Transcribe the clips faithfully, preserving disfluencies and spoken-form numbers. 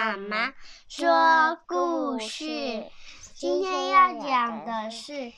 妈妈说故事。今天要讲的是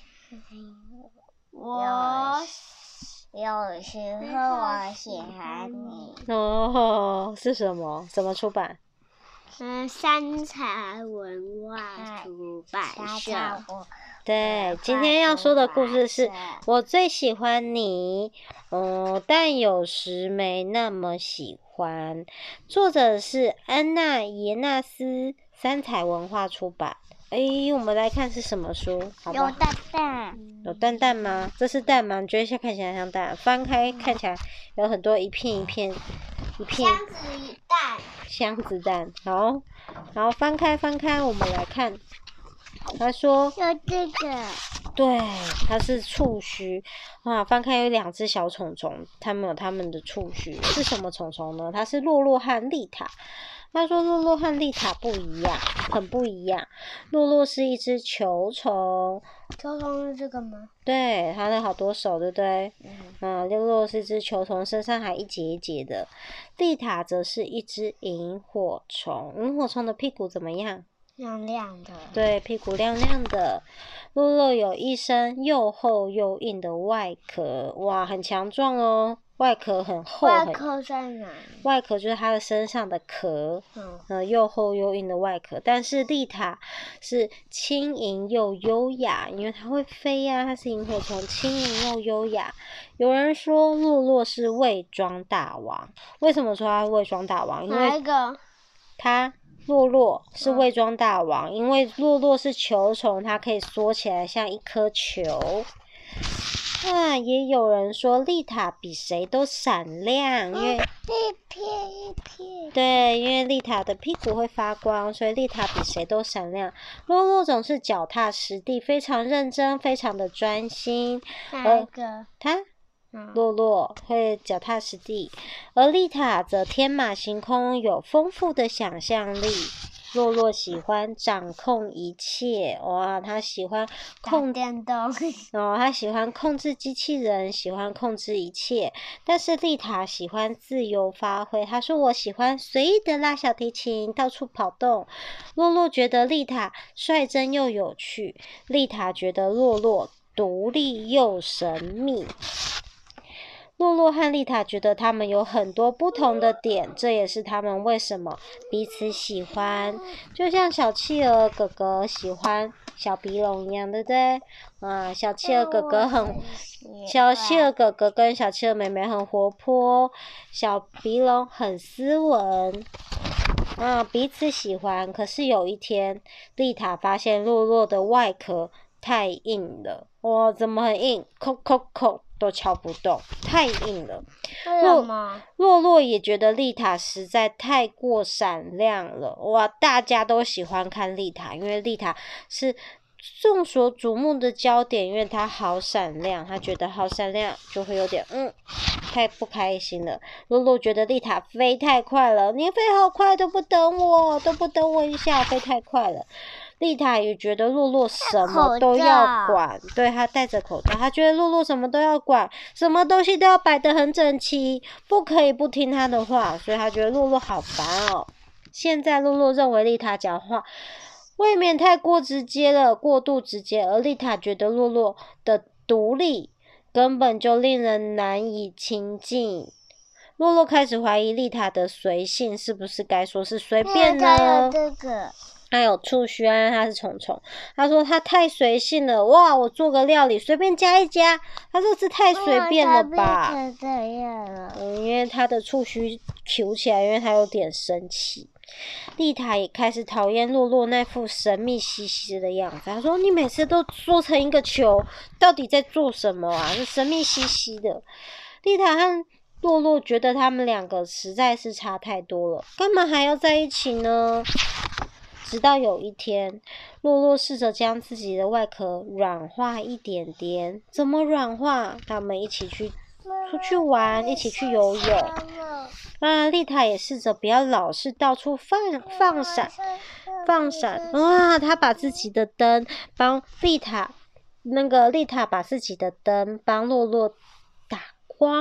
我有时候我喜欢你。 哦，是什么？什么出版？ 嗯，三彩文化出版社。 对，今天要说的故事是我最喜欢你，嗯，但有时没那么喜欢。作者是安娜·耶纳斯，三彩文化出版。哎，我们来看是什么书，好不好？ 有蛋蛋。 有蛋蛋吗？这是蛋吗？你觉得一下看起来像蛋？翻开看起来有很多一片一片一片。 箱子蛋。 箱子蛋，好，然后翻开翻开，我们来看。他说有这个， 对，它是触须啊。翻开有两只小虫虫，它们有它们的触须，是什么虫虫呢？它是洛洛和丽塔。他说洛洛和丽塔不一样，很不一样。洛洛是一只球虫， 球虫是这个吗？ 对，它有好多手，对不对？ 嗯。 啊，洛洛是一只球虫，身上还一节一节的。丽塔则是一只萤火虫，萤火虫的屁股怎么样？ 亮亮的。 对，屁股亮亮的。洛洛有一身又厚又硬的外壳，哇，很强壮哦。外壳很厚， 外壳在哪？ 外壳就是它的身上的壳， 嗯， 呃，又厚又硬的外壳。但是丽塔是轻盈又优雅，因为它会飞呀、啊，它是萤火虫，轻盈又优雅。有人说洛洛是伪装大王，为什么说它是伪装大王？因为哪一个？ 它。洛洛是伪装大王，嗯、因为洛洛是球虫，它可以缩起来像一颗球。那也有人说丽塔比谁都闪亮，因为一片一片。 对，因为丽塔的屁股会发光，所以丽塔比谁都闪亮。洛洛总是脚踏实地，非常认真，非常的专心。 哪一个？ 他。洛洛会脚踏实地，而丽塔则天马行空，有丰富的想象力。洛洛喜欢掌控一切，哇，他喜欢控电动， 哦，他喜欢控制机器人，喜欢控制一切。但是丽塔喜欢自由发挥，他说我喜欢随意的拉小提琴，到处跑动。洛洛觉得丽塔率真又有趣，丽塔觉得洛洛独立又神秘。洛洛和丽塔觉得他们有很多不同的点，这也是他们为什么彼此喜欢。就像小企鹅哥哥喜欢小鼻龙一样，对不对？啊，小企鹅哥哥很，小企鹅哥哥跟小企鹅妹妹很活泼，小鼻龙很斯文。啊，彼此喜欢。可是有一天，丽塔发现洛洛的外壳太硬了，哇，怎么很硬？扣扣扣。都敲不动，太硬了。 为什么？ 洛洛也觉得丽塔实在太过闪亮了，哇！大家都喜欢看丽塔，因为丽塔是众所瞩目的焦点，因为她好闪亮，她觉得好闪亮，就会有点嗯，太不开心了。洛洛觉得丽塔飞太快了，你飞好快，都不等我，都不等我一下，飞太快了。丽塔也觉得洛洛什么都要管，对，她戴着口罩，她觉得洛洛什么都要管，什么东西都要摆得很整齐，不可以不听她的话，所以她觉得洛洛好烦哦。现在洛洛认为丽塔讲话未免太过直接了，过度直接，而丽塔觉得洛洛的独立根本就令人难以亲近。洛洛开始怀疑丽塔的随性是不是该说是随便呢？ 这个。 他有触须啊，他是虫虫。他说他太随性了，哇！我做个料理随便加一加，他说这太随便了吧？ 哦、这样了。 嗯，因为他的触须揪起来，因为他有点生气。丽塔也开始讨厌洛洛那副神秘兮兮的样子。他说：“你每次都缩成一个球，到底在做什么啊？是神秘兮兮的。”丽塔和洛洛觉得他们两个实在是差太多了，干嘛还要在一起呢？直到有一天，洛洛试着将自己的外壳软化一点点。怎么软化？他们一起去出去玩，一起去游泳。啊，丽塔也试着不要老是到处放放闪，放闪。哇，她把自己的灯帮丽塔，那个丽塔把自己的灯帮洛洛打光。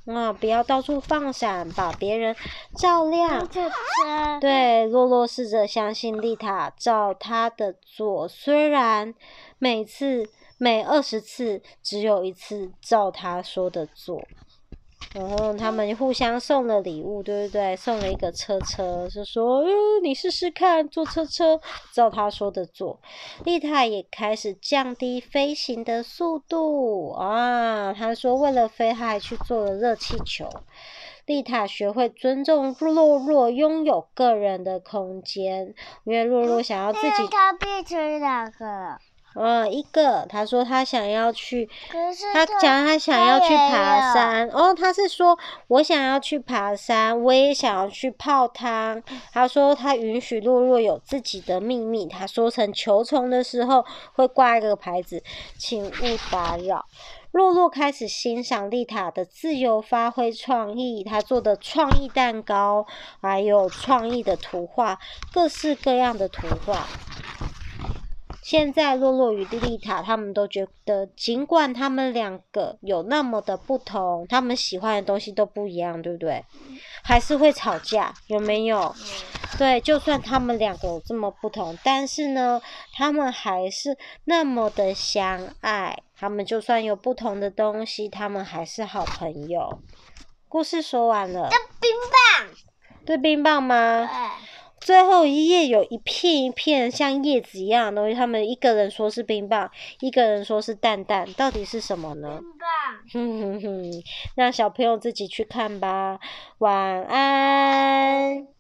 啊，不要到处放闪，把别人照亮。 车车。 对，洛洛试着相信丽塔照他的做，虽然每次每二十次只有一次照他说的做。然后他们互相送了礼物，对不对？送了一个车车，就说：“呃，你试试看坐车车，照他说的做。”丽塔也开始降低飞行的速度啊！他说，为了飞，他还去做了热气球。丽塔学会尊重洛洛拥有个人的空间，因为洛洛想要自己。 他变成两个。 嗯，一个，他说他想要去， 可是他讲他想要去爬山。哦，他是说我想要去爬山，我也想要去泡汤。他说他允许洛洛有自己的秘密。他说成球虫的时候会挂一个牌子，请勿打扰。洛洛开始欣赏丽塔的自由发挥创意，她做的创意蛋糕，还有创意的图画，各式各样的图画。现在洛洛与丽塔他们都觉得，尽管他们两个有那么的不同，他们喜欢的东西都不一样，对不对？还是会吵架，有没有？对，就算他们两个有这么不同，但是呢，他们还是那么的相爱。他们就算有不同的东西，他们还是好朋友。故事说完了。 这冰棒。 对冰棒吗？ 对。 最后一页有一片一片像叶子一样的东西，他们一个人说是冰棒，一个人说是蛋蛋，到底是什么呢？ 冰棒。 哼哼哼，让小朋友自己去看吧。晚安。